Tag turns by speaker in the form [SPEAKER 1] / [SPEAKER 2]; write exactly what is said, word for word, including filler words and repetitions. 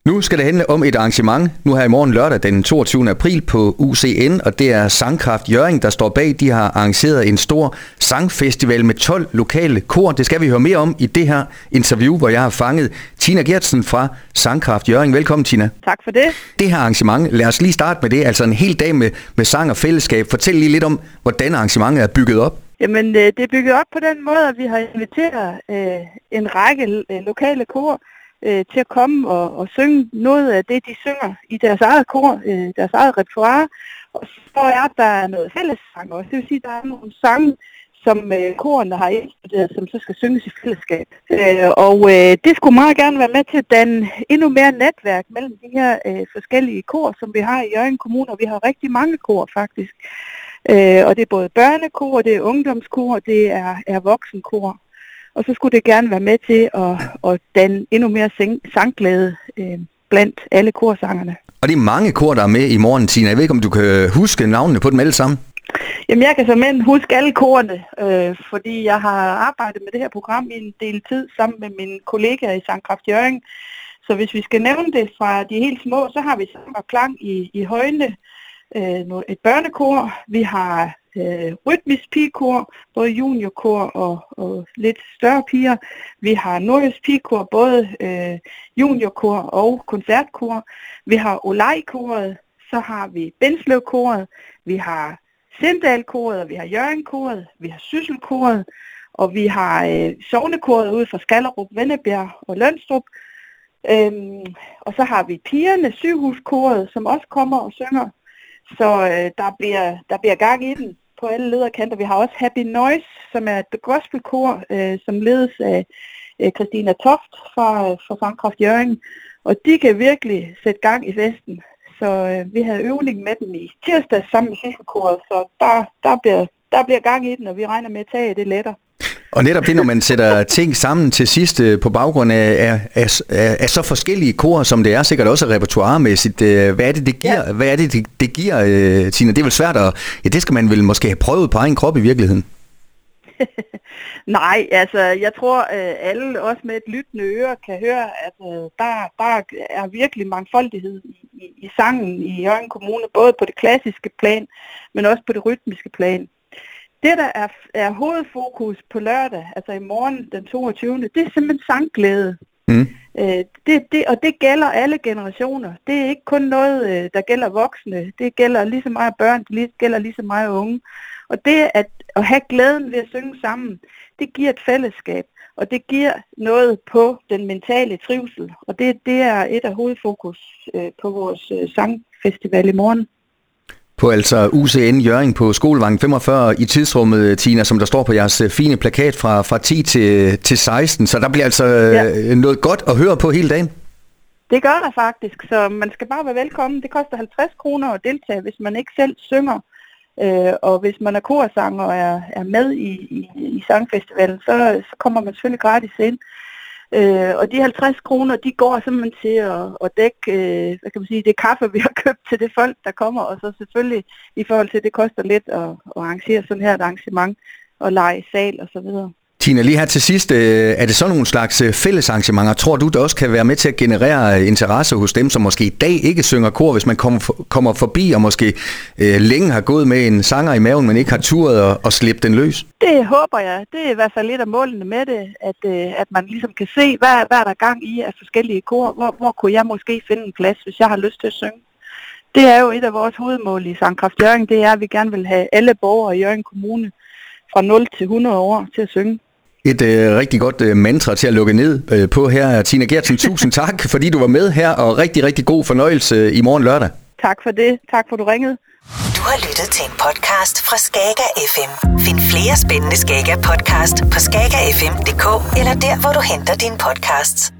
[SPEAKER 1] Nu skal det handle om et arrangement, nu her i morgen lørdag den toogtyvende april på U C N, og det er Sangkraft Hjørring, der står bag. De har arrangeret en stor sangfestival med tolv lokale kor. Det skal vi høre mere om i det her interview, hvor jeg har fanget Tina Gertsen fra Sangkraft Hjørring. Velkommen, Tina.
[SPEAKER 2] Tak for det.
[SPEAKER 1] Det her arrangement, lad os lige starte med det, altså en hel dag med, med sang og fællesskab. Fortæl lige lidt om, hvordan arrangementet er bygget op.
[SPEAKER 2] Jamen, det er bygget op på den måde, at vi har inviteret øh, en række øh, lokale kor øh, til at komme og, og synge noget af det, de synger i deres eget kor, øh, deres eget repertoire. Og så er der noget fællessang også. Det vil sige, at der er nogle sange, som øh, korene har indstuderet, som så skal synges i fællesskab. Øh, og øh, det skulle meget gerne være med til at danne endnu mere netværk mellem de her øh, forskellige kor, som vi har i Hjørring Kommune, og vi har rigtig mange kor faktisk. Øh, og det er både børnekor, det er ungdomskor, det er, er voksenkor. Og så skulle det gerne være med til at, at danne endnu mere sang, sangglæde øh, blandt alle korsangerne.
[SPEAKER 1] Og det er mange kor, der er med i morgen, Tina. Jeg ved ikke, om du kan huske navnene på dem alle sammen?
[SPEAKER 2] Jamen, jeg kan simpelthen huske alle korene, øh, fordi jeg har arbejdet med det her program i en del tid sammen med mine kollegaer i Sangkraft Hjørring. Så hvis vi skal nævne det fra de helt små, så har vi sang og klang i, i Højne, øh, et børnekor. Vi har øh, rytmisk pigekor, både juniorkor og, og lidt større piger. Vi har nordjysk pigekor, både øh, juniorkor og koncertkor. Vi har Olejkoret, så har vi Bensløvkoret, vi har Sindalkoret, vi har Hjørringkoret, vi har Sysselkoret, og vi har øh, Sognekoret ude fra Skallerup, Vennebjerg og Lønstrup. Øhm, og så har vi pigerne, Sygehuskoret, som også kommer og synger. Så øh, der, bliver, der bliver gang i den på alle lederkanter. Vi har også Happy Noise, som er et gospelkor, øh, som ledes af øh, Christina Toft fra, øh, fra Sangkraft Hjørring. Og de kan virkelig sætte gang i festen. Så øh, vi havde øvning med dem i tirsdag sammen med Sysselkoret, så der, der, bliver, der bliver gang i den, og vi regner med at tage det lettere.
[SPEAKER 1] Og netop det, når man sætter ting sammen til sidst på baggrund af, af, af, af så forskellige kor, som det er, sikkert også repertoiremæssigt. Hvad er det, det giver, ja. Hvad er det, det, det giver Tina? Det er vel svært at... Ja, det skal man vel måske have prøvet på egen krop i virkeligheden.
[SPEAKER 2] Nej, altså jeg tror at alle, også med et lyttende øre, kan høre, at der, der er virkelig mangfoldighed i, i, i sangen i Hjørring Kommune, både på det klassiske plan, men også på det rytmiske plan. Det, der er, er hovedfokus på lørdag, altså i morgen den toogtyvende, det er simpelthen sangglæde. Mm. Øh, det, det, og det gælder alle generationer. Det er ikke kun noget, der gælder voksne. Det gælder lige så meget børn, det gælder lige så meget unge. Og det at, at have glæden ved at synge sammen, det giver et fællesskab, og det giver noget på den mentale trivsel. Og det, det er et af hovedfokus øh, på vores øh, sangfestival i morgen.
[SPEAKER 1] På altså U C N Hjørring på Skolevang femogfyrre i tidsrummet, Tina, som der står på jeres fine plakat fra, fra ti til, til seksten. Så der bliver altså ja. noget godt at høre på hele dagen.
[SPEAKER 2] Det gør der faktisk, så man skal bare være velkommen. Det koster halvtreds kroner at deltage, hvis man ikke selv synger. Øh, og hvis man er korsanger og er, er med i, i, i sangfestivalen, så, så kommer man selvfølgelig gratis ind. Øh, og de halvtreds kroner, de går simpelthen til at, at dække, øh, hvad kan man sige, det kaffe, vi har købt til det folk, der kommer. Og så selvfølgelig i forhold til, at det koster lidt at, at arrangere sådan her et arrangement og lege sal og så videre.
[SPEAKER 1] Tina, lige her til sidst, er det sådan nogle slags fællesarrangementer, tror du, der også kan være med til at generere interesse hos dem, som måske i dag ikke synger kor, hvis man kommer, for, kommer forbi og måske øh, længe har gået med en sanger i maven, men ikke har turet og, og slippe den løs?
[SPEAKER 2] Det håber jeg. Det er i hvert fald lidt af målene med det, at, øh, at man ligesom kan se, hvad, hvad er der gang i af forskellige kor, hvor, hvor kunne jeg måske finde en plads, hvis jeg har lyst til at synge. Det er jo et af vores hovedmål i Sangkraft Hjørring, det er, at vi gerne vil have alle borgere i Hjørring Kommune fra nul til hundrede år til at synge.
[SPEAKER 1] Et øh, rigtig godt øh, mantra til at lukke ned øh, på her. Tina Gertsen, tusind tak, fordi du var med her, og rigtig, rigtig god fornøjelse øh, i morgen lørdag.
[SPEAKER 2] Tak for det. Tak for, du ringede.
[SPEAKER 3] Du har lyttet til en podcast fra Skager F M. Find flere spændende Skager podcast på skager f m punktum d k eller der, hvor du henter dine podcasts.